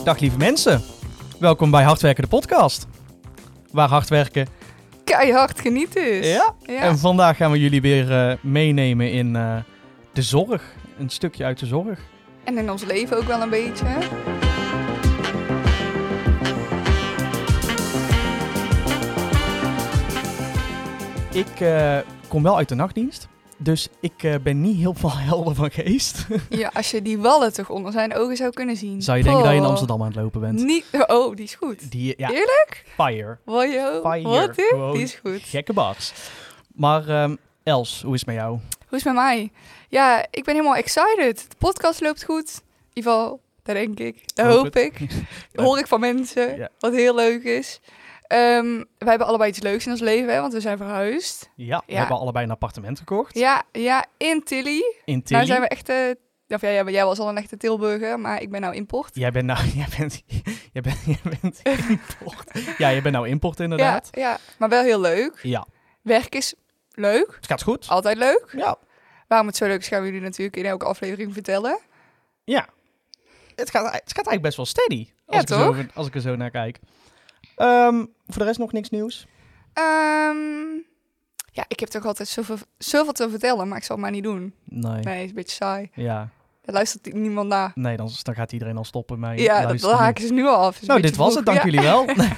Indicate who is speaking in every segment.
Speaker 1: Dag lieve mensen, welkom bij Hardwerken de podcast. Waar hard werken
Speaker 2: keihard genieten is.
Speaker 1: Ja. En vandaag gaan we jullie weer meenemen in de zorg. Een stukje uit de zorg.
Speaker 2: En in ons leven ook wel een beetje.
Speaker 1: Ik kom wel uit de nachtdienst. Dus ik ben niet heel veel helder van geest.
Speaker 2: Ja, als je die wallen toch onder zijn ogen zou kunnen zien.
Speaker 1: Zou je denken dat je in Amsterdam aan het lopen bent?
Speaker 2: Oh, die is goed.
Speaker 1: Ja,
Speaker 2: eerlijk?
Speaker 1: Fire.
Speaker 2: Wat? Die is goed.
Speaker 1: Gekke bars. Maar Els, hoe is het met jou?
Speaker 2: Hoe is het met mij? Ja, ik ben helemaal excited. De podcast loopt goed. In ieder geval, dat denk ik. Dat hoop ik. Dat hoor ik van mensen. Ja. Wat heel leuk is. Wij hebben allebei iets leuks in ons leven, hè, want we zijn verhuisd.
Speaker 1: Ja, we hebben allebei een appartement gekocht.
Speaker 2: Ja, in Tilly. Nou zijn we echt... jij was al een echte Tilburger, maar ik ben nou import.
Speaker 1: Jij bent import. Ja, je bent nou import inderdaad.
Speaker 2: Ja, maar wel heel leuk.
Speaker 1: Ja.
Speaker 2: Werk is leuk.
Speaker 1: Het gaat goed.
Speaker 2: Altijd leuk.
Speaker 1: Ja.
Speaker 2: Waarom het zo leuk is, gaan we jullie natuurlijk in elke aflevering vertellen.
Speaker 1: Ja. Het gaat eigenlijk best wel steady. Als ik er zo naar kijk. Voor de rest nog niks nieuws?
Speaker 2: Ja, ik heb toch altijd zoveel te vertellen, maar ik zal het maar niet doen.
Speaker 1: Nee,
Speaker 2: het is een beetje saai.
Speaker 1: Ja.
Speaker 2: Daar luistert niemand naar.
Speaker 1: Nee, dan gaat iedereen al stoppen.
Speaker 2: Dat haken ze nu al af.
Speaker 1: Nou, dit was het, dank jullie wel. Nee.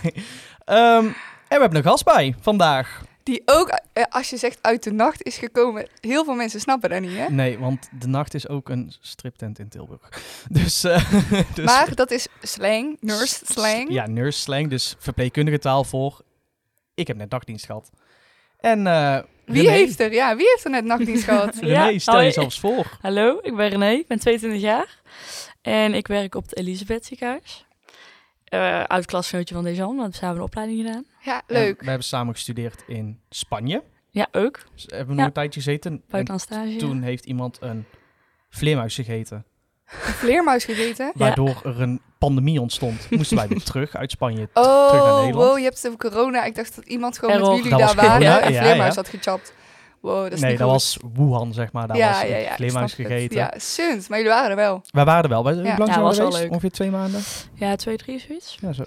Speaker 1: En we hebben een gast bij vandaag.
Speaker 2: Die ook, als je zegt uit de nacht is gekomen, heel veel mensen snappen dat niet, hè?
Speaker 1: Nee, want de nacht is ook een striptent in Tilburg. Dus
Speaker 2: maar dat is slang, nurse slang.
Speaker 1: Ja, nurse slang, dus verpleegkundige taal voor... Ik heb net nachtdienst gehad. En
Speaker 2: Wie heeft er net nachtdienst gehad?
Speaker 1: René, stel jezelf eens voor.
Speaker 3: Hallo, ik ben René, ik ben 22 jaar. En ik werk op het Elisabeth ziekenhuis. Oud klasgenootje van Dejan, want we hebben samen een opleiding gedaan.
Speaker 2: Ja, leuk.
Speaker 1: We hebben samen gestudeerd in Spanje.
Speaker 3: Ja, ook.
Speaker 1: Dus hebben we nog een tijdje gezeten.
Speaker 3: Buitenland stage.
Speaker 1: Toen heeft iemand een vleermuis gegeten.
Speaker 2: Een vleermuis gegeten?
Speaker 1: Waardoor er een pandemie ontstond. Moesten wij weer terug uit Spanje terug naar Nederland.
Speaker 2: Wow, je hebt het over corona. Ik dacht dat iemand gewoon met jullie daar
Speaker 1: corona.
Speaker 2: waren en vleermuis had gechapt. Wow, dat is niet goed.
Speaker 1: Dat was Wuhan, zeg maar. Daar was een vleermuis gegeten.
Speaker 2: Ja, sunt. Maar jullie waren er wel.
Speaker 1: Wij waren er wel. Hoe lang zijn we
Speaker 3: was
Speaker 1: geweest?
Speaker 3: wel leuk.
Speaker 1: Ongeveer 2 maanden?
Speaker 3: Ja, 2-3 zoiets.
Speaker 1: Ja, zo.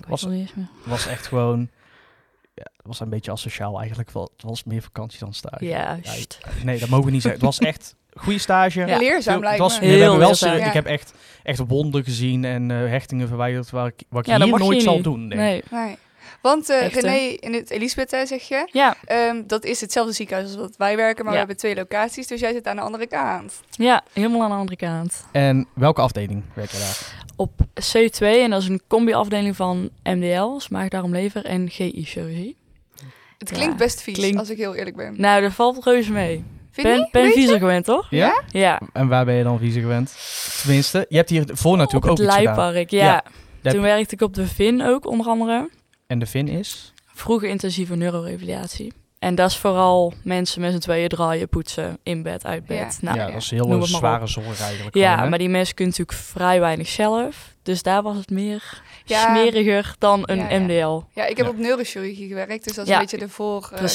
Speaker 1: Was echt gewoon... Ja, het was een beetje asociaal eigenlijk. Het was meer vakantie dan stage.
Speaker 3: Ja,
Speaker 1: nee, dat mogen we niet zeggen. Het was echt goede stage.
Speaker 2: Ja. Leerzaam lijkt me.
Speaker 3: Heel leerzaam.
Speaker 1: Ik heb echt wonden gezien en hechtingen verwijderd wat ik hier nooit zal doen.
Speaker 3: Nee.
Speaker 2: Want René, in het Elisabeth zeg je, dat is hetzelfde ziekenhuis als wat wij werken, maar we hebben 2 locaties, dus jij zit aan de andere kant.
Speaker 3: Ja, helemaal aan de andere kant.
Speaker 1: En welke afdeling werk je daar?
Speaker 3: Op C2, en dat is een combi-afdeling van MDL, maag-darm-lever en GI-chirurgie.
Speaker 2: Het klinkt best vies, als ik heel eerlijk ben.
Speaker 3: Nou, dat valt reuze mee.
Speaker 2: Ben
Speaker 3: viezer gewend, toch?
Speaker 1: Ja?
Speaker 3: Ja.
Speaker 1: En waar ben je dan viezer gewend? Tenminste, je hebt hiervoor natuurlijk ook iets gedaan.
Speaker 3: Op het Leipark, ja. Toen werkte ik op de VIN ook, onder andere.
Speaker 1: En de VIN is?
Speaker 3: Vroege intensieve neurorevalidatie. En dat is vooral mensen met z'n tweeën draaien, poetsen, in bed, uit bed.
Speaker 2: Ja,
Speaker 3: Nou,
Speaker 1: dat is heel zware zorg eigenlijk.
Speaker 3: Ja,
Speaker 1: gewoon,
Speaker 3: maar die mensen kunnen natuurlijk vrij weinig zelf. Dus daar was het meer smeriger dan een MDL.
Speaker 2: Ja, ik heb op neurochirurgie gewerkt, dus dat is een beetje de voorkant.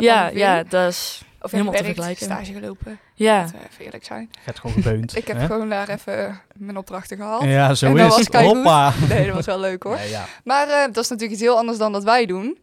Speaker 3: Ja, dat is
Speaker 2: of
Speaker 3: helemaal te vergelijken.
Speaker 2: Stage gelopen.
Speaker 3: Ja.
Speaker 2: Dat even eerlijk zijn.
Speaker 1: Je hebt gewoon gebeund.
Speaker 2: Ik heb gewoon daar even mijn opdrachten gehaald.
Speaker 1: Ja, zo
Speaker 2: en
Speaker 1: is het. Hoppa.
Speaker 2: Nee, dat was wel leuk hoor.
Speaker 1: Nee, ja.
Speaker 2: Maar dat is natuurlijk iets heel anders dan dat wij doen.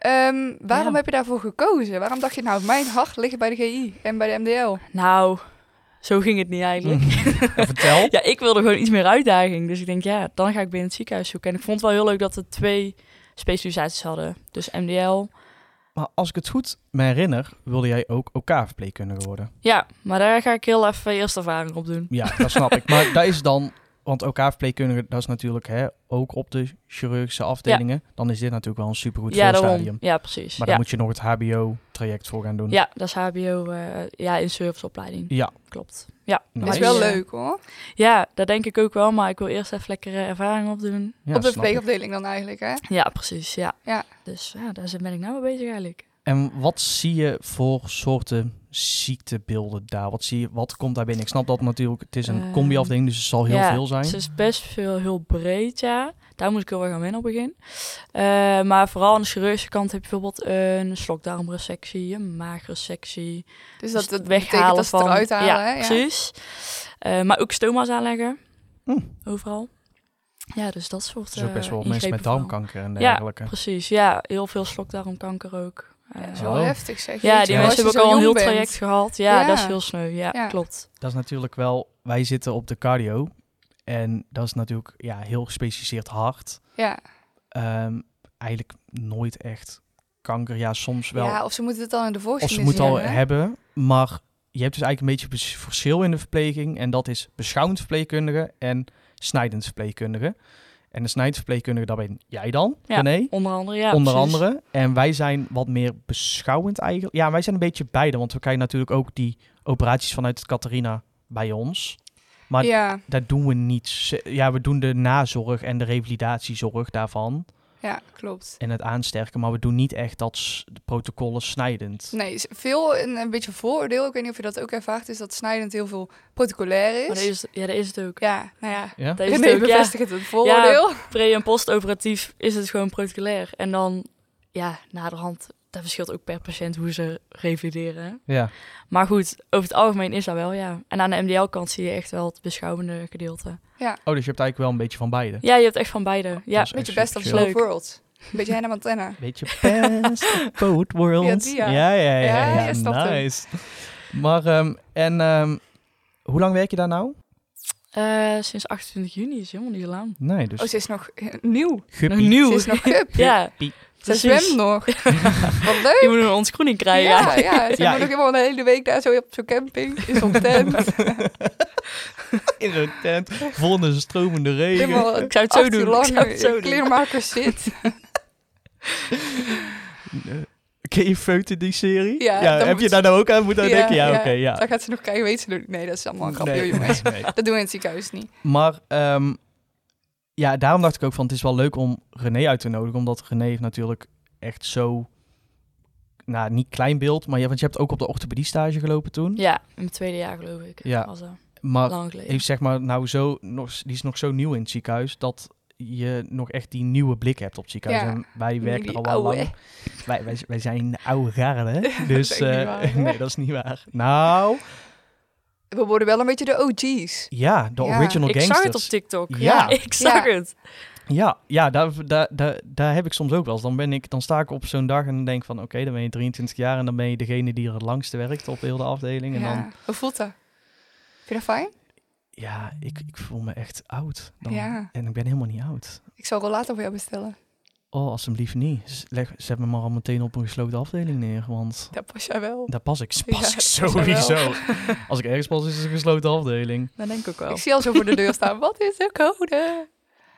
Speaker 2: Waarom heb je daarvoor gekozen? Waarom dacht je nou, mijn hart ligt bij de GI en bij de MDL?
Speaker 3: Nou, zo ging het niet eigenlijk.
Speaker 1: Vertel.
Speaker 3: Ja, ik wilde gewoon iets meer uitdaging. Dus ik denk, dan ga ik binnen het ziekenhuis zoeken. En ik vond het wel heel leuk dat we 2 specialisaties hadden. Dus MDL.
Speaker 1: Maar als ik het goed me herinner, wilde jij ook OK-verpleegkundige worden.
Speaker 3: Ja, maar daar ga ik heel even eerst ervaring op doen.
Speaker 1: Ja, dat snap ik. Maar dat is dan... Want OK-verpleegkundige, dat is natuurlijk ook op de chirurgische afdelingen. Ja. Dan is dit natuurlijk wel een supergoed voorstadium.
Speaker 3: Ja, precies.
Speaker 1: Maar dan moet je nog het HBO-traject voor gaan doen.
Speaker 3: Ja, dat is HBO in serviceopleiding.
Speaker 1: Ja.
Speaker 3: Klopt. Ja.
Speaker 2: Dat is wel leuk hoor.
Speaker 3: Ja, dat denk ik ook wel. Maar ik wil eerst even lekkere ervaring opdoen.
Speaker 1: Ja,
Speaker 2: op de verpleegafdeling dan eigenlijk, hè?
Speaker 3: Ja, precies. Ja. Dus daar ben ik nou mee bezig eigenlijk.
Speaker 1: En wat zie je voor soorten ziektebeelden daar? Wat komt daar binnen? Ik snap dat natuurlijk, het is een combi-afdeling, dus het zal heel veel zijn.
Speaker 3: Het is best heel breed, ja. Daar moet ik heel erg aan wennen op het begin. Maar vooral aan de chirurgische kant heb je bijvoorbeeld een slokdarmresectie, een maagresectie.
Speaker 2: Dus dat het
Speaker 3: weghalen
Speaker 2: dat
Speaker 3: van...
Speaker 2: eruit halen,
Speaker 3: ja,
Speaker 2: hè?
Speaker 3: precies. Maar ook stoma's aanleggen. Overal. Ja, dus dat soort
Speaker 1: Dus ook best wel mensen met
Speaker 3: ingrepen
Speaker 1: darmkanker en dergelijke.
Speaker 3: Ja, precies. Ja, heel veel slokdarmkanker ook.
Speaker 2: Dat is wel heftig, zeg.
Speaker 3: Ja, die mensen hebben ook al een heel
Speaker 2: traject
Speaker 3: traject gehad. Ja, dat is heel sneu. Ja, klopt.
Speaker 1: Dat is natuurlijk wel... Wij zitten op de cardio. En dat is natuurlijk heel gespecialiseerd hart.
Speaker 2: Ja.
Speaker 1: Eigenlijk nooit echt kanker. Ja, soms wel.
Speaker 2: Ja, of ze moeten het al in de voorziening
Speaker 1: Of ze moeten al hebben. Maar je hebt dus eigenlijk een beetje verschil in de verpleging. En dat is beschouwend verpleegkundige en snijdend verpleegkundige. En de snijdend verpleegkundige, daar ben jij dan, René?
Speaker 3: Onder andere, ja.
Speaker 1: Onder andere. En wij zijn wat meer beschouwend eigenlijk. Ja, wij zijn een beetje beide. Want we krijgen natuurlijk ook die operaties vanuit het Catharina bij ons. Maar daar doen we niets. Ja, we doen de nazorg en de revalidatiezorg daarvan.
Speaker 2: Ja, klopt.
Speaker 1: En het aansterken, maar we doen niet echt de protocollen snijdend.
Speaker 2: Nee, veel een beetje vooroordeel. Ik weet niet of je dat ook ervaart, is dat snijdend heel veel protocolair is.
Speaker 3: Maar dat is het ook.
Speaker 2: Ja, nou ja.
Speaker 3: Dat is het ook,
Speaker 2: bevestigt het vooroordeel.
Speaker 3: Ja, pre- en postoperatief is het gewoon protocolair. En dan, naderhand, dat verschilt ook per patiënt hoe ze revalideren.
Speaker 1: Ja.
Speaker 3: Maar goed, over het algemeen is dat wel, ja. En aan de MDL-kant zie je echt wel het beschouwende gedeelte.
Speaker 2: Ja.
Speaker 1: Oh, dus je hebt eigenlijk wel een beetje van beide.
Speaker 3: Ja, je hebt echt van beide. Ja.
Speaker 2: Een beetje best of slow world. Een beetje Hannah Montana.
Speaker 1: Beetje best of both worlds. Ja, nice. Maar, hoe lang werk je daar nou?
Speaker 3: Sinds 28 juni is helemaal niet zo lang.
Speaker 1: Nee, dus...
Speaker 2: Oh, ze is nog nieuw.
Speaker 3: Nieuw.
Speaker 2: Ze is nog gup.
Speaker 3: Ja.
Speaker 2: Ze zwemt nog. Wat leuk.
Speaker 3: Je moet een ontgroening krijgen.
Speaker 2: Ja. Ze moet nog helemaal een hele week daar zo op zo'n camping. In zo'n tent.
Speaker 1: In zo'n tent. Vol in de stromende regen.
Speaker 2: Helemaal
Speaker 3: ik zou het zo doen.
Speaker 2: Kleermakers zit.
Speaker 1: Ken je Feuten, die serie?
Speaker 2: Ja,
Speaker 1: heb je daar nou ook aan moeten denken? Ja, oké.
Speaker 2: Daar gaat ze nog krijgen, weet ze nog. Nee, dat is allemaal een grapje, jongens. Nee. Dat doen we in het ziekenhuis niet.
Speaker 1: Maar daarom dacht ik ook van, het is wel leuk om René uit te nodigen. Omdat René heeft natuurlijk echt zo, niet klein beeld. Maar want je hebt ook op de orthopedie stage gelopen toen.
Speaker 3: Ja, in mijn tweede jaar geloof ik.
Speaker 1: Ja,
Speaker 3: was
Speaker 1: maar
Speaker 3: lang geleden.
Speaker 1: heeft zeg maar die is nog zo nieuw in het ziekenhuis dat je nog echt die nieuwe blik hebt op het ziekenhuis. Ja. En wij werken al wel lang. Wij zijn oude garde. Dus nee, dat is niet waar. Nou,
Speaker 2: we worden wel een beetje de OG's.
Speaker 1: Ja, de original gangsters.
Speaker 3: Ik zag het op TikTok.
Speaker 1: Ja,
Speaker 3: ik zag het.
Speaker 1: Ja, daar heb ik soms ook wel eens. Dan sta ik op zo'n dag en dan denk van, oké, dan ben je 23 jaar en dan ben je degene die er het langste werkt op heel de afdeling. En dan...
Speaker 2: Hoe voelt dat? Vind je dat fijn?
Speaker 1: Ja, ik voel me echt oud. En ik ben helemaal niet oud.
Speaker 2: Ik zal rollator voor jou bestellen.
Speaker 1: Oh, alsjeblieft niet. Zet me maar al meteen op een gesloten afdeling neer, want...
Speaker 2: Daar pas jij wel.
Speaker 1: Daar pas ik sowieso. Als ik ergens pas, is het een gesloten afdeling.
Speaker 3: Dat denk ik ook wel.
Speaker 2: Ik zie al zo voor de deur staan. Wat is de code?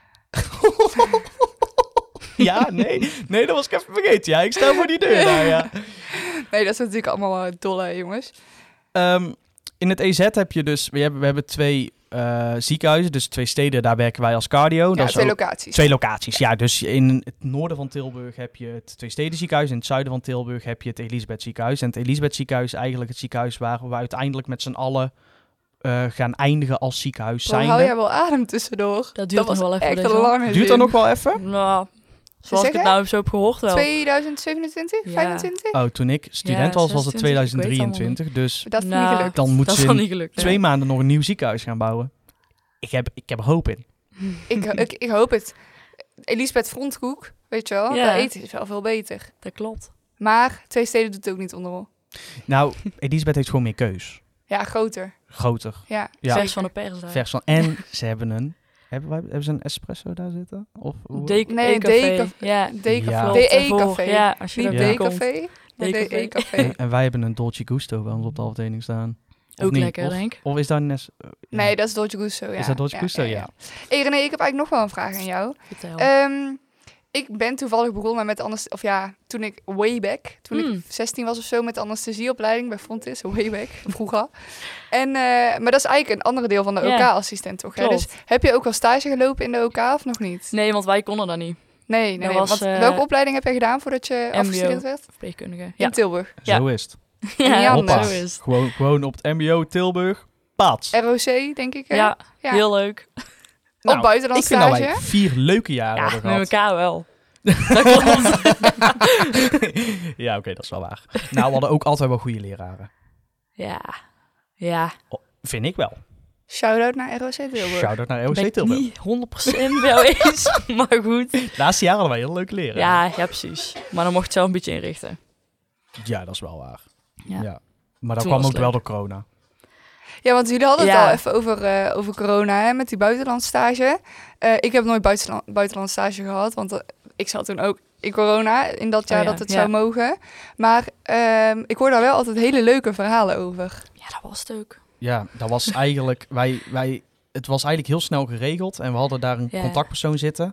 Speaker 1: Ja, nee, dat was ik even vergeten. Ja, ik sta voor die deur daar, ja.
Speaker 2: Nee, dat is natuurlijk allemaal dolle, jongens.
Speaker 1: In het EZ heb je dus... We hebben 2 ziekenhuizen, dus 2 steden. Daar werken wij als cardio.
Speaker 2: Ja,
Speaker 1: dat is
Speaker 2: 2 locaties.
Speaker 1: 2 locaties, ja. Dus in het noorden van Tilburg heb je het 2 steden ziekenhuis. In het zuiden van Tilburg heb je het Elisabeth ziekenhuis. En het Elisabeth ziekenhuis is eigenlijk het ziekenhuis waar we uiteindelijk met z'n allen gaan eindigen als ziekenhuis zijn.
Speaker 2: Hou jij wel adem tussendoor?
Speaker 3: Dat duurt nog wel even.
Speaker 2: Echt een lange
Speaker 1: Duurt dat nog wel even?
Speaker 3: Nou, zoals ik het nou zo heb gehoord wel.
Speaker 2: 2027, 25?
Speaker 1: Oh, toen ik student was het 2023. Dus
Speaker 2: dat is niet gelukt.
Speaker 1: Dan moeten ze
Speaker 3: niet gelukt,
Speaker 1: 2 maanden nog een nieuw ziekenhuis gaan bouwen. Ik heb er hoop in.
Speaker 2: Ik hoop het. Elisabeth Frontkoek, weet je wel, dat eten is wel veel beter.
Speaker 3: Dat klopt.
Speaker 2: Maar 2 steden doet het ook niet onderrol.
Speaker 1: Nou, Elisabeth heeft gewoon meer keus.
Speaker 2: Ja, groter.
Speaker 1: Ja.
Speaker 3: Vers van de pers daar.
Speaker 1: Vers van. En ze hebben hebben ze een espresso daar zitten? Of
Speaker 3: D-café. Ja,
Speaker 2: D-café.
Speaker 3: Ja, als je
Speaker 2: niet D-café, maar D-café.
Speaker 1: En wij hebben een Dolce Gusto bij ons op de afdeling staan.
Speaker 3: Ook niet? Lekker, denk ik.
Speaker 1: Of is dat een...
Speaker 2: Nee, dat is Dolce Gusto, ja.
Speaker 1: Is dat Dolce Gusto? Ja.
Speaker 2: Hey René, ik heb eigenlijk nog wel een vraag aan jou.
Speaker 3: Vertel.
Speaker 2: Ik ben toevallig begonnen met toen ik ik 16 was of zo, met de anesthesieopleiding bij Fontis, way back, vroeger. En, maar dat is eigenlijk een andere deel van de OK-assistent, toch? Hè? Dus heb je ook al stage gelopen in de OK of nog niet?
Speaker 3: Nee, want wij konden dat niet.
Speaker 2: Nee. Want welke opleiding heb jij gedaan voordat je afgestudeerd werd?
Speaker 3: Verpleegkundige.
Speaker 2: In Tilburg.
Speaker 1: Zo is het.
Speaker 3: Ja, zo is het.
Speaker 1: Gewoon op het MBO Tilburg. Paats.
Speaker 2: ROC, denk ik. Hè?
Speaker 3: Ja, heel leuk.
Speaker 2: Op buitenland stage.
Speaker 1: Ik vind dat wij 4 leuke jaren hebben gehad.
Speaker 3: Met elkaar wel. Dat klopt.
Speaker 1: Ja, oké, dat is wel waar. Nou, we hadden ook altijd wel goede leraren.
Speaker 3: Ja.
Speaker 1: Oh, vind ik wel.
Speaker 2: Shout-out naar ROC Tilburg.
Speaker 1: Shout-out naar ROC
Speaker 3: Ben
Speaker 1: Tilburg.
Speaker 3: niet 100% bij jou eens, maar goed.
Speaker 1: De laatste jaren hadden wij heel leuke leren.
Speaker 3: Ja, precies. Maar dan mocht je zelf een beetje inrichten.
Speaker 1: Ja, dat is wel waar.
Speaker 3: Ja.
Speaker 1: Ja. Maar dat
Speaker 3: Toen
Speaker 1: kwam
Speaker 3: was
Speaker 1: ook
Speaker 3: het
Speaker 1: wel
Speaker 3: leuk.
Speaker 1: door corona.
Speaker 2: Ja, want jullie hadden het
Speaker 3: Ja.
Speaker 2: al even over corona, hè, met die buitenlandstage. Ik heb nooit buitenlandstage gehad, want ik zat toen ook in corona, in dat jaar
Speaker 3: ja.
Speaker 2: dat het zou mogen. Maar ik hoor daar wel altijd hele leuke verhalen over.
Speaker 3: Ja, dat was het ook.
Speaker 1: Ja, dat was eigenlijk... Het was eigenlijk heel snel geregeld. En we hadden daar een contactpersoon zitten.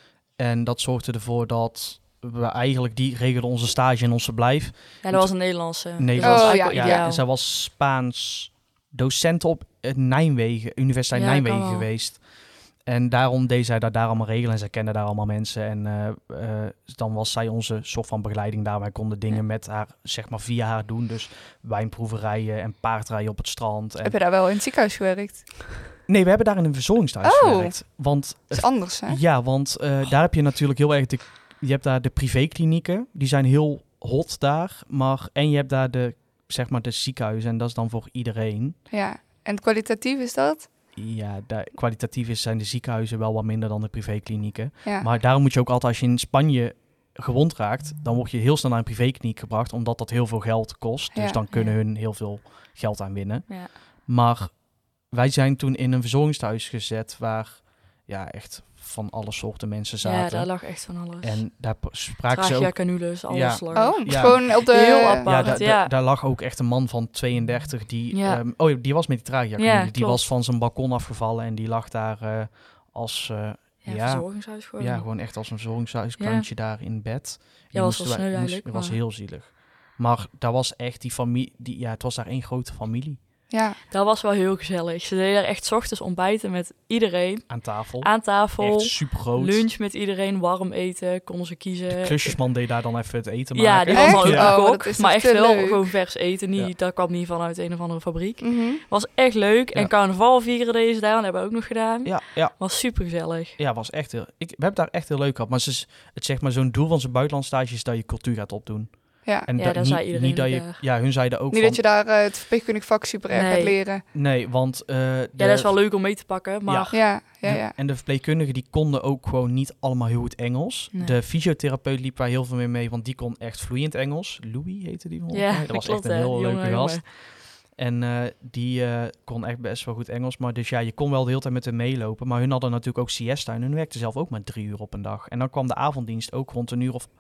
Speaker 1: En dat zorgde ervoor dat we eigenlijk... Die regelde onze stage en ons verblijf.
Speaker 3: Ja, dat was een Nederlandse.
Speaker 1: Nederlands.
Speaker 2: Oh,
Speaker 3: ja.
Speaker 1: Ja, en zij was Spaans docent op Nijmegen, Universiteit Nijmegen geweest. En daarom deed zij dat daar allemaal regelen. En zij kende daar allemaal mensen. En dan was zij onze soort van begeleiding daar. Wij konden dingen met haar, zeg maar, via haar doen. Dus wijnproeverijen en paardrijden op het strand. En...
Speaker 2: Heb je daar wel in het ziekenhuis gewerkt?
Speaker 1: Nee, we hebben daar in een verzorgingstehuis gewerkt. Want,
Speaker 2: dat is anders, hè?
Speaker 1: Ja, want daar heb je natuurlijk heel erg... Je hebt daar de privéklinieken. Die zijn heel hot daar. En je hebt daar de ziekenhuizen. En dat is dan voor iedereen.
Speaker 2: Ja, en kwalitatief is dat?
Speaker 1: Ja, kwalitatief zijn de ziekenhuizen wel wat minder dan de privéklinieken.
Speaker 2: Ja.
Speaker 1: Maar daarom moet je ook altijd, als je in Spanje gewond raakt, dan word je heel snel naar een privékliniek gebracht, omdat dat heel veel geld kost. Dus dan kunnen hun heel veel geld aan winnen.
Speaker 3: Ja.
Speaker 1: Maar wij zijn toen in een verzorgingstehuis gezet waar echt van alle soorten mensen zaten.
Speaker 3: Ja, daar lag echt van alles.
Speaker 1: En daar spraken ze ook...
Speaker 3: canules, alles lag.
Speaker 2: Oh, gewoon op de...
Speaker 3: Heel apart,
Speaker 1: daar lag ook echt een man van 32 die... die was met die tragia-canule. Die was van zijn balkon afgevallen en die lag daar als...
Speaker 3: verzorgingshuis gewoon.
Speaker 1: Ja, gewoon echt als een verzorgingshuisklantje daar in bed.
Speaker 3: Ja, was wel sneu eigenlijk.
Speaker 1: Dat was heel zielig. Maar daar was echt die familie... het was daar één grote familie.
Speaker 2: Ja.
Speaker 3: Dat was wel heel gezellig. Ze deden er echt 's ochtends ontbijten met iedereen.
Speaker 1: Aan tafel. Echt supergroot.
Speaker 3: Lunch met iedereen, warm eten, konden ze kiezen.
Speaker 1: De klusjesman deed daar dan even het eten maken.
Speaker 3: Ja, die was dan ook
Speaker 2: kok.
Speaker 3: Maar echt wel gewoon vers eten. Niet, dat kwam niet vanuit een of andere fabriek. Was echt leuk. En carnaval vieren deze daar, dat hebben we ook nog gedaan.
Speaker 1: Ja.
Speaker 3: Was super gezellig.
Speaker 1: Ja, was echt heel... We hebben daar echt heel leuk gehad. Maar het zeg maar zo'n doel van zijn buitenlandstage is dat je cultuur gaat opdoen.
Speaker 2: Ja,
Speaker 1: en
Speaker 3: daar zei iedereen
Speaker 1: niet dat je, hun zeiden ook
Speaker 2: niet dat je daar het verpleegkundig vak super erg gaat leren.
Speaker 1: Nee, want...
Speaker 3: dat is wel leuk om mee te pakken, maar...
Speaker 2: Ja.
Speaker 1: En de verpleegkundigen die konden ook gewoon niet allemaal heel goed Engels. Nee. De fysiotherapeut liep waar heel veel mee, want die kon echt vloeiend Engels. Louis heette die.
Speaker 3: Ja,
Speaker 1: dat was
Speaker 3: klopt,
Speaker 1: echt een heel leuke gast.
Speaker 3: En
Speaker 1: die kon echt best wel goed Engels. Maar dus je kon wel de hele tijd met hem meelopen. Maar hun hadden natuurlijk ook siesta en hun werkten zelf ook maar 3 uur op een dag. En dan kwam de avonddienst ook rond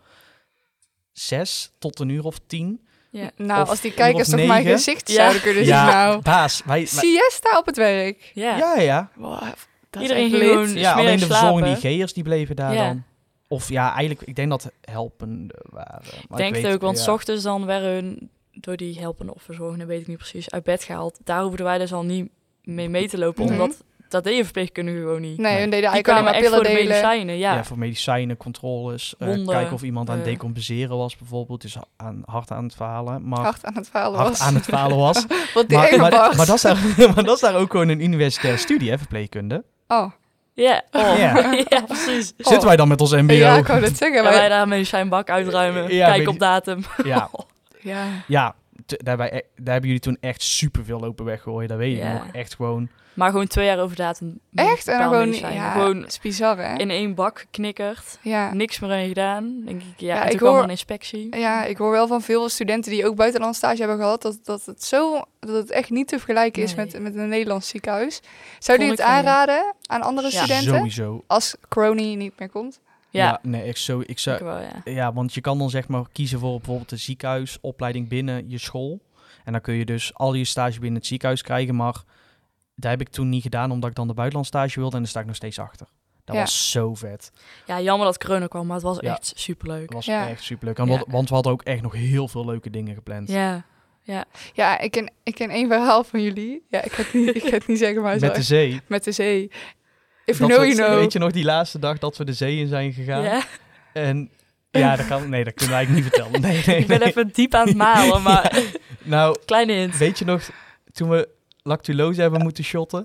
Speaker 1: 6 tot 10.
Speaker 2: Ja. Nou, als die kijkers toch mijn gezicht zouden kunnen zien. Nou,
Speaker 1: baas.
Speaker 2: Siesta op het werk.
Speaker 1: Ja.
Speaker 2: Wow,
Speaker 3: iedereen ging gewoon
Speaker 1: alleen de verzorgende
Speaker 3: slapen.
Speaker 1: IG'ers die bleven daar dan. Of eigenlijk, ik denk dat helpende waren. Maar
Speaker 3: ik denk het ook, want 's ochtends dan werden hun door die helpende of verzorgende, weet ik niet precies, uit bed gehaald. Daar hoefden wij dus al niet mee te lopen, omdat dat deden verpleegkundigen gewoon niet.
Speaker 2: Nee, hun deden eigenlijk alleen maar pillen
Speaker 3: voor de
Speaker 2: delen.
Speaker 3: medicijnen,
Speaker 1: ja, voor medicijnen, controles, kijken of iemand aan het decompenseren was bijvoorbeeld, dus hard aan het verhalen. Maar
Speaker 2: hard aan het falen was.
Speaker 1: Wat maar dat is daar ook gewoon een universitaire studie, hè, verpleegkunde.
Speaker 2: Oh.
Speaker 3: Ja, ja, precies.
Speaker 1: Zitten wij dan met ons mbo?
Speaker 2: Ja, ik wou dat zeggen.
Speaker 3: Wij daar een medicijnbak uitruimen, kijken op datum.
Speaker 1: Ja. Daar hebben jullie toen echt superveel lopen weggooien, dat weet ik nog. Echt gewoon...
Speaker 3: Maar gewoon 2 jaar over datum.
Speaker 2: Echt? En dan
Speaker 3: gewoon
Speaker 2: is bizar, hè?
Speaker 3: In 1 bak geknikkerd. Ja. Niks meer aan gedaan. Denk ik, en toen kwam er een inspectie.
Speaker 2: Ja, ik hoor wel van veel studenten die ook buitenlandstage hebben gehad, dat het echt niet te vergelijken is met een Nederlands ziekenhuis. Zou je het aanraden aan andere studenten?
Speaker 1: Sowieso.
Speaker 2: Als corona niet meer komt?
Speaker 1: Ja, nee, ik zou wel, ja, want je kan dan zeg maar kiezen voor bijvoorbeeld de ziekenhuisopleiding binnen je school. En dan kun je dus al je stage binnen het ziekenhuis krijgen, maar daar heb ik toen niet gedaan, omdat ik dan de buitenlandstage wilde en daar sta ik nog steeds achter. Dat was zo vet.
Speaker 3: Ja, jammer dat corona kwam, maar het was echt superleuk.
Speaker 1: Het was echt superleuk, want we hadden ook echt nog heel veel leuke dingen gepland.
Speaker 2: Ja, ik ken één verhaal van jullie. Ja, ik ga het niet zeggen, maar
Speaker 1: met de zee.
Speaker 2: Met de zee. If you know, you know.
Speaker 1: Weet je nog die laatste dag dat we de zee in zijn gegaan?
Speaker 3: Ja.
Speaker 1: En dat kunnen we eigenlijk niet vertellen. Nee.
Speaker 3: Ik ben even diep aan het malen, maar
Speaker 1: nou,
Speaker 3: kleine hint.
Speaker 1: Weet je nog, toen we lactulose hebben moeten shotten?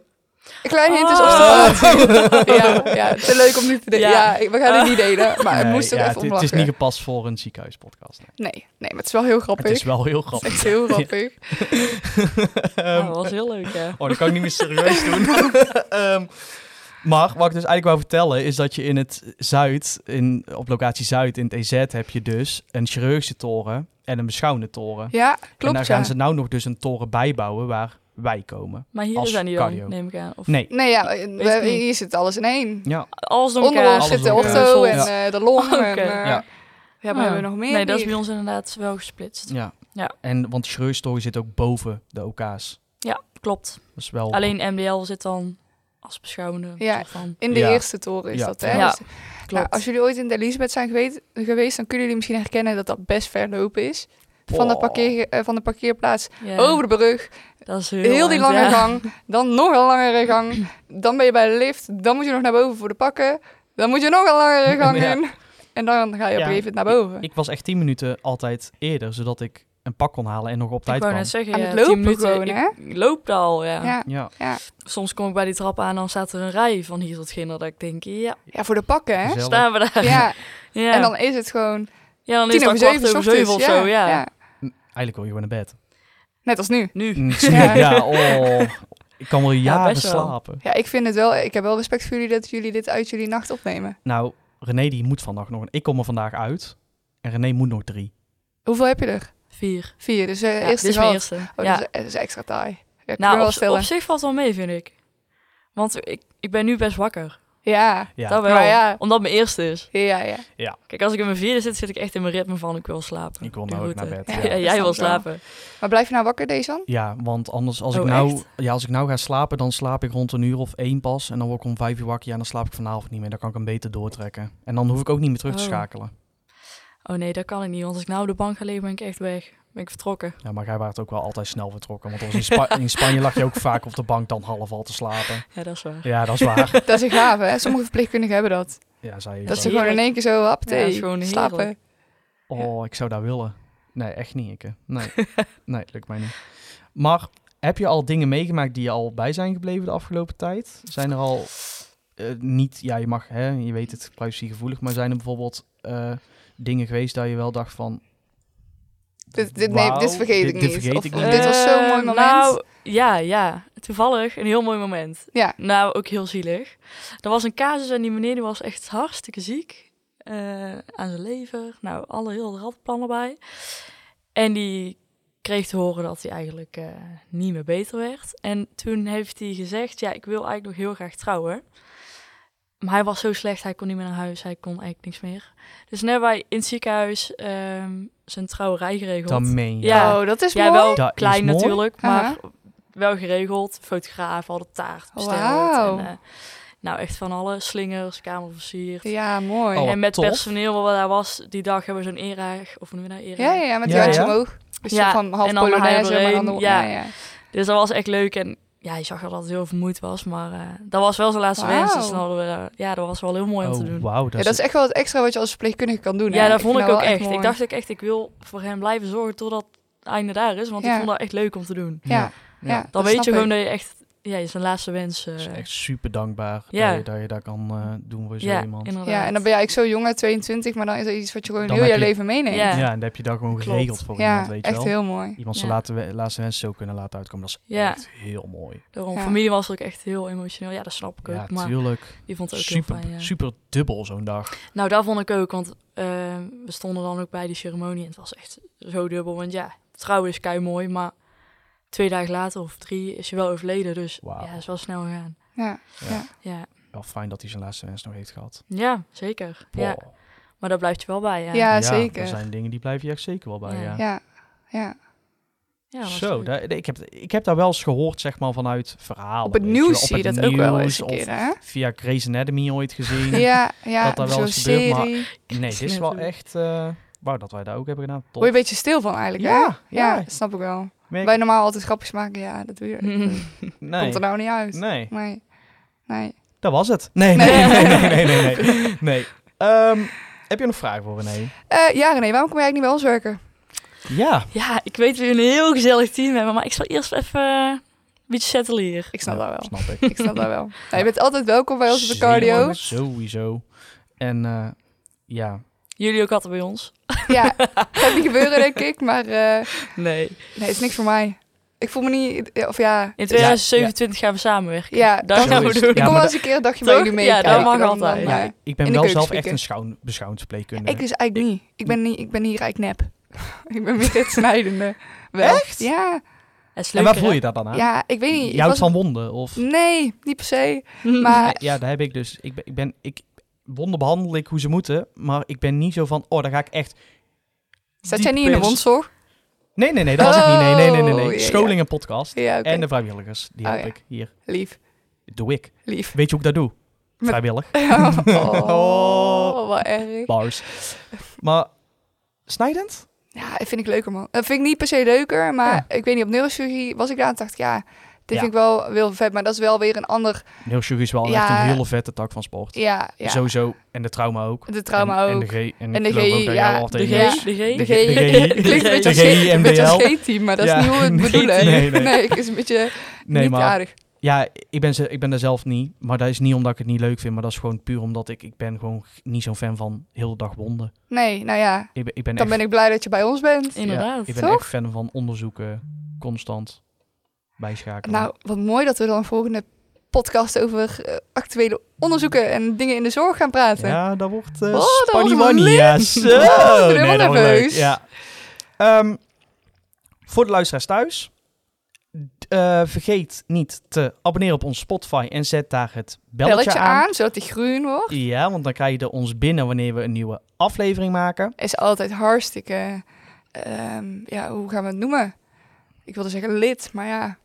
Speaker 2: Een kleine hint is observatie. Ja, te leuk om niet te delen. Ja, we gaan het niet delen. Maar het moest er even om lachen.
Speaker 1: Het is niet gepast voor een ziekenhuispodcast.
Speaker 2: Nee, maar het is wel heel grappig.
Speaker 1: Het is wel heel grappig.
Speaker 2: Het is echt heel grappig.
Speaker 3: Dat was heel leuk, ja.
Speaker 1: Dat kan ik niet meer serieus doen. Maar wat ik dus eigenlijk wou vertellen is dat je in het Zuid, op locatie Zuid in het EZ, heb je dus een chirurgische toren en een beschouwende toren.
Speaker 2: Ja, klopt.
Speaker 1: En daar gaan ze nou nog dus een toren bijbouwen waar wij komen.
Speaker 3: Maar hier zijn die dan, neem ik aan. Of...
Speaker 1: Nee,
Speaker 2: hier zit alles in één.
Speaker 1: Ja.
Speaker 3: Alles door
Speaker 2: onder
Speaker 3: elkaar.
Speaker 2: ons zit de ortho en de long. Ja, maar hebben we nog meer?
Speaker 3: Nee, dat is bij ons inderdaad wel gesplitst.
Speaker 1: Ja. En want de chirurgische toren zit ook boven de OK's.
Speaker 3: Ja, klopt.
Speaker 1: Dat is wel...
Speaker 3: Alleen MDL zit dan als beschouwende.
Speaker 2: Ja, in de eerste toren is dat, hè?
Speaker 3: Ja,
Speaker 2: dus,
Speaker 3: klopt.
Speaker 2: Nou, als jullie ooit in de Elisabeth zijn geweest, dan kunnen jullie misschien herkennen dat dat best ver lopen is. Van de parkeerplaats over de brug.
Speaker 3: Dat is
Speaker 2: heel die lange gang. Dan nog een langere gang. Dan ben je bij de lift. Dan moet je nog naar boven voor de pakken. Dan moet je nog een langere gang in. En dan ga je op een gegeven moment naar boven.
Speaker 1: Ik was echt 10 minuten altijd eerder, zodat ik een pak kon halen en nog op tijd kwam.
Speaker 3: Ik wou net zeggen,
Speaker 2: aan het lopen
Speaker 3: 10 minuten,
Speaker 2: gewoon, hè?
Speaker 3: Ik loop al,
Speaker 2: Ja.
Speaker 3: Soms kom ik bij die trap aan, dan staat er een rij van hier tot ginder. Dat ik denk, ja,
Speaker 2: voor de pakken, hè?
Speaker 1: Gezellig.
Speaker 3: Staan we daar.
Speaker 2: Ja. En dan is het gewoon...
Speaker 3: Ja, dan is het 7:15 of zo, ja.
Speaker 1: Eigenlijk wil je gewoon naar bed.
Speaker 2: Net als nu.
Speaker 1: Ik kan wel jaren slapen.
Speaker 2: Ja, ik vind het wel... Ik heb wel respect voor jullie dat jullie dit uit jullie nacht opnemen.
Speaker 1: Nou, René die moet vandaag nog... Ik kom er vandaag uit. En René moet nog 3.
Speaker 2: Hoeveel heb je er?
Speaker 3: 4.
Speaker 2: 4, dus eerste
Speaker 3: dit is mijn eerste.
Speaker 2: Dat is extra taai. Ja,
Speaker 3: nou, op zich valt wel mee, vind ik. Want ik ben nu best wakker.
Speaker 2: Ja.
Speaker 3: Dat wel. Omdat mijn eerste is.
Speaker 2: Ja.
Speaker 3: Kijk, als ik in mijn 4e zit, zit ik echt in mijn ritme van ik wil slapen.
Speaker 1: Ik wil nou ook naar bed.
Speaker 3: Ja, jij wil slapen.
Speaker 2: Maar blijf je nou wakker, Dejan?
Speaker 1: Ja, want anders als ik nou ga slapen, dan slaap ik rond 1:00 pas. En dan word ik om 5:00 wakker. Ja, dan slaap ik vanavond niet meer. Dan kan ik hem beter doortrekken. En dan hoef ik ook niet meer terug te schakelen.
Speaker 3: Oh nee, dat kan ik niet. Want als ik nou op de bank ga liggen, ben ik echt weg. Ben ik vertrokken.
Speaker 1: Ja, maar jij waart ook wel altijd snel vertrokken. Want in Spanje lag je ook vaak op de bank dan half al te slapen.
Speaker 3: Ja, dat is waar.
Speaker 1: Ja, dat is waar.
Speaker 2: Dat is een gave, hè? Sommige verpleegkundigen hebben dat.
Speaker 1: Ja, zei je.
Speaker 2: Dat ze gewoon in één keer zo slapen.
Speaker 3: Heerlijk.
Speaker 1: Oh, ik zou dat willen. Nee, echt niet, Ikke. Nee, lukt mij niet. Maar heb je al dingen meegemaakt die je al bij zijn gebleven de afgelopen tijd? Zijn er al niet... Ja, je mag, hè, je weet het, privacygevoelig. Maar zijn er bijvoorbeeld dingen geweest dat je wel dacht van...
Speaker 2: Dit vergeet ik niet.
Speaker 1: Vergeet ik
Speaker 2: niet. Dit was zo'n mooi moment.
Speaker 3: Nou, ja. Toevallig een heel mooi moment.
Speaker 2: Ja.
Speaker 3: Nou, ook heel zielig. Er was een casus en die meneer die was echt hartstikke ziek. Aan zijn lever. Nou, er had plannen bij. En die kreeg te horen dat hij eigenlijk niet meer beter werd. En toen heeft hij gezegd, ja, ik wil eigenlijk nog heel graag trouwen. Maar hij was zo slecht, hij kon niet meer naar huis. Hij kon eigenlijk niks meer. Dus toen hebben wij in het ziekenhuis zijn trouwerij geregeld.
Speaker 1: Dat meen je.
Speaker 2: Ja, dat is mooi.
Speaker 3: Wel
Speaker 1: dat
Speaker 3: klein natuurlijk,
Speaker 2: mooi.
Speaker 3: maar wel geregeld. Fotograaf, al de taart besteld.
Speaker 2: Wow.
Speaker 3: En, nou, echt van alle slingers, kamer versierd.
Speaker 2: Ja, mooi.
Speaker 3: En met
Speaker 1: tof.
Speaker 3: personeel wat daar was, die dag hebben we zo'n erehaag. Of noemen we nou
Speaker 2: erehaag? Ja, met die handjes omhoog. Dus van half Polonaise, maar dan
Speaker 3: ja. Dus dat was echt leuk. En ja, je zag wel dat het heel vermoeid was, maar dat was wel zijn laatste wens. Dus dan hadden we, dat was wel heel mooi om te doen.
Speaker 1: Wow,
Speaker 2: dat is echt wel het extra wat je als verpleegkundige kan doen.
Speaker 3: Ja, dat vond ik ook echt. Ik dacht ook echt, ik wil voor hem blijven zorgen totdat het einde daar is. Want ik vond dat echt leuk om te doen.
Speaker 2: Ja.
Speaker 3: Dan weet je gewoon dat je echt, je zijn laatste wens...
Speaker 1: Dat is echt super dankbaar dat je dat kan doen voor zo iemand.
Speaker 2: Inderdaad. Ja, en dan ben je eigenlijk zo jong, 22, maar dan is dat iets wat je gewoon heel je leven meeneemt.
Speaker 1: Ja, en dan heb je dat gewoon geregeld voor iemand, weet je wel.
Speaker 2: echt heel mooi.
Speaker 1: Iemand zijn laatste wens zo kunnen laten uitkomen, dat is echt heel mooi.
Speaker 3: Daarom, familie was ook echt heel emotioneel. Ja, dat snap ik ook.
Speaker 1: Ja,
Speaker 3: maar
Speaker 1: tuurlijk.
Speaker 3: Die vond het ook
Speaker 1: super,
Speaker 3: heel fijn.
Speaker 1: Super dubbel zo'n dag.
Speaker 3: Nou, dat vond ik ook, want we stonden dan ook bij die ceremonie en het was echt zo dubbel. Want trouwen is kei mooi, maar 2 dagen later of 3 is je wel overleden. Dus het is wel snel gegaan. Ja.
Speaker 1: Wel fijn dat hij zijn laatste wens nog heeft gehad.
Speaker 3: Ja, zeker. Ja. Maar daar blijft je wel bij.
Speaker 2: Ja, zeker.
Speaker 1: Er zijn dingen die blijf je echt zeker wel bij.
Speaker 2: Ja.
Speaker 1: Zo, ik heb daar wel eens gehoord, zeg maar, vanuit verhalen.
Speaker 2: Op het nieuws zie je dat ook wel eens een keer, hè?
Speaker 1: Via Grey's Anatomy ooit gezien.
Speaker 2: Ja,
Speaker 1: dat daar wel eens gebeurt. Maar
Speaker 2: nee,
Speaker 1: dit is wel echt... wauw, dat wij dat ook hebben gedaan. Top.
Speaker 2: Word je een beetje stil van eigenlijk, hè? Ja, dat snap ik wel. Wij normaal altijd grapjes maken, dat doe je.
Speaker 1: Nee.
Speaker 2: Komt er nou niet uit.
Speaker 1: Nee. Dat was het. Nee. Heb je nog vragen voor René?
Speaker 2: Ja, René, waarom kom jij eigenlijk niet bij ons werken?
Speaker 1: Ja.
Speaker 3: Ja, ik weet dat we een heel gezellig team hebben, maar ik zal eerst even Beetje settelier.
Speaker 2: Ik snap dat wel.
Speaker 1: Snap ik.
Speaker 2: Ik snap dat wel. Nou, je bent altijd welkom bij ons op de cardio.
Speaker 1: Sowieso. En ja.
Speaker 3: Jullie ook altijd bij ons.
Speaker 2: Ja, gaat niet gebeuren, denk ik. Maar
Speaker 3: nee,
Speaker 2: het is niks voor mij. Ik voel me niet... Of ja...
Speaker 3: In 2027 gaan we samenwerken.
Speaker 2: Ja,
Speaker 3: dat gaan we doen.
Speaker 2: Ik kom wel eens een keer een dagje bij jullie mee.
Speaker 3: Ja, dat mag altijd.
Speaker 1: Ja, ik ben wel zelf echt een beschouwend
Speaker 2: Ik dus eigenlijk niet. Ik ben hier eigenlijk nep. Ik ben meer het snijdende. Wel.
Speaker 1: Echt?
Speaker 2: Ja.
Speaker 1: En waar voel je dat dan aan?
Speaker 2: Ja, ik weet niet.
Speaker 1: Je houdt van wonden? Of?
Speaker 2: Nee, niet per se. Maar...
Speaker 1: Ja, daar heb ik dus. Wonden behandel ik hoe ze moeten, maar ik ben niet zo van, daar ga ik echt...
Speaker 2: Zat jij niet in de mondzorg?
Speaker 1: Nee, dat was ik niet. Nee. Scholing en podcast.
Speaker 2: Ja, okay.
Speaker 1: En de vrijwilligers, die help ik hier.
Speaker 2: Lief.
Speaker 1: Doe ik.
Speaker 2: Lief.
Speaker 1: Weet je hoe ik dat doe? Vrijwillig.
Speaker 2: Wat erg.
Speaker 1: Bars. Maar, snijdend?
Speaker 2: Ja, dat vind ik leuker, man. Dat vind ik niet per se leuker, maar ik weet niet, op neurochirurgie was ik daar en dacht, dit vind ik wel heel vet, maar dat is wel weer een ander...
Speaker 1: Neurochirurgie is wel echt een hele vette tak van sport.
Speaker 2: Ja.
Speaker 1: Sowieso. En de trauma ook.
Speaker 2: De trauma ook.
Speaker 1: En de G.
Speaker 2: En de G, ja.
Speaker 3: De G.
Speaker 2: Klinkt een beetje als G-team, maar dat is niet hoe we het bedoelen. Nee, ik is een beetje niet aardig.
Speaker 1: Ja, ik ben er zelf niet. Maar dat is niet omdat ik het niet leuk vind. Maar dat is gewoon puur omdat ik ben gewoon niet zo'n fan van heel de dag wonden.
Speaker 2: Nee, nou ja.
Speaker 1: Dan
Speaker 2: ben ik blij dat je bij ons bent.
Speaker 3: Inderdaad.
Speaker 1: Ja, ik ben echt fan van onderzoeken. Constant bijschakelen.
Speaker 2: Nou, wat mooi dat we dan een volgende podcast over actuele onderzoeken en dingen in de zorg gaan praten.
Speaker 1: Ja, dat wordt
Speaker 2: spannend.
Speaker 1: Ja, zo.
Speaker 2: Ik ben helemaal nerveus.
Speaker 1: Ja. Voor de luisteraars thuis... vergeet niet te abonneren op ons Spotify en zet daar het belletje aan.
Speaker 2: Zodat die groen wordt.
Speaker 1: Ja, want dan krijg je ons binnen wanneer we een nieuwe aflevering maken.
Speaker 2: Is altijd hartstikke, hoe gaan we het noemen? Ik wilde zeggen lid, maar ja.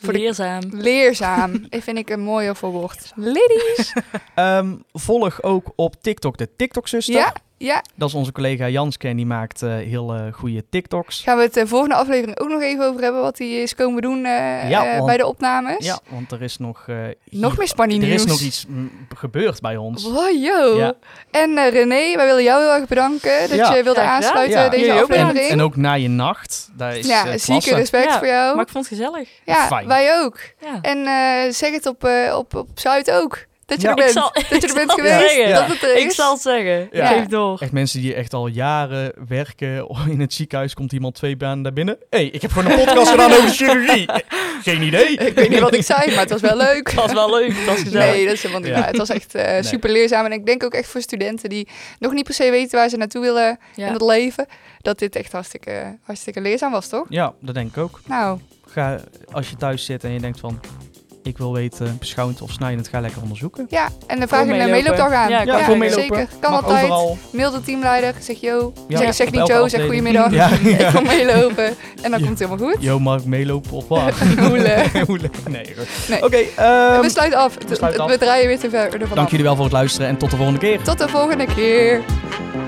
Speaker 2: Leerzaam. Dat vind ik een mooier voorwoord. Ladies.
Speaker 1: Volg ook op TikTok de TikTok-zuster.
Speaker 2: Ja.
Speaker 1: Dat is onze collega Janske en die maakt heel goede TikToks.
Speaker 2: Gaan we het de volgende aflevering ook nog even over hebben wat hij is komen doen bij de opnames?
Speaker 1: Ja, want er is nog...
Speaker 2: nog meer spanning nieuws.
Speaker 1: Er is nog iets gebeurd bij ons.
Speaker 2: Wow, yo. Ja. En René, wij willen jou heel erg bedanken dat je wilde aansluiten deze aflevering.
Speaker 1: En ook na je nacht. Dat is
Speaker 2: zieke respect voor jou.
Speaker 3: Maar ik vond het gezellig.
Speaker 2: Ja,
Speaker 1: fijn.
Speaker 2: Wij ook.
Speaker 3: Ja.
Speaker 2: En zeg het op Zuid ook. Dat je er bent. Dat je er bent geweest.
Speaker 3: Ja.
Speaker 2: Dat het er is.
Speaker 3: Ik zal het zeggen.
Speaker 1: Ja.
Speaker 3: Geef door.
Speaker 1: Echt mensen die echt al jaren werken. In het ziekenhuis komt iemand 2 banen naar binnen. Ik heb gewoon een podcast gedaan over chirurgie. Geen idee.
Speaker 2: Ik weet niet wat ik zei, maar het was wel leuk.
Speaker 3: Het was wel leuk. Het was gezellig.
Speaker 2: Nee, dat is helemaal niet waar. Het was echt super leerzaam. En ik denk ook echt voor studenten die nog niet per se weten waar ze naartoe willen in het leven. Dat dit echt hartstikke leerzaam was, toch?
Speaker 1: Ja, dat denk ik ook.
Speaker 2: Nou.
Speaker 1: Als je thuis zit en je denkt van... Ik wil weten, beschouwend of snijdend, ga lekker onderzoeken.
Speaker 2: Ja, en dan vraag je een meeloopdag aan.
Speaker 3: Ja,
Speaker 1: gewoon meelopen.
Speaker 2: Zeker. Kan
Speaker 1: mag
Speaker 2: altijd.
Speaker 1: Overal.
Speaker 2: Mail de teamleider. Zeg yo.
Speaker 1: Ja,
Speaker 2: zeg niet yo, zeg goedemiddag.
Speaker 1: Ja.
Speaker 2: Ik kom meelopen. En dan komt het helemaal goed.
Speaker 1: Yo, mag ik meelopen of wat?
Speaker 2: Hoelen.
Speaker 1: Nee, goed.
Speaker 2: Nee.
Speaker 1: Oké.
Speaker 2: We sluiten af. We draaien weer te ver.
Speaker 1: Dank jullie wel voor het luisteren en tot de volgende keer.
Speaker 2: Tot de volgende keer.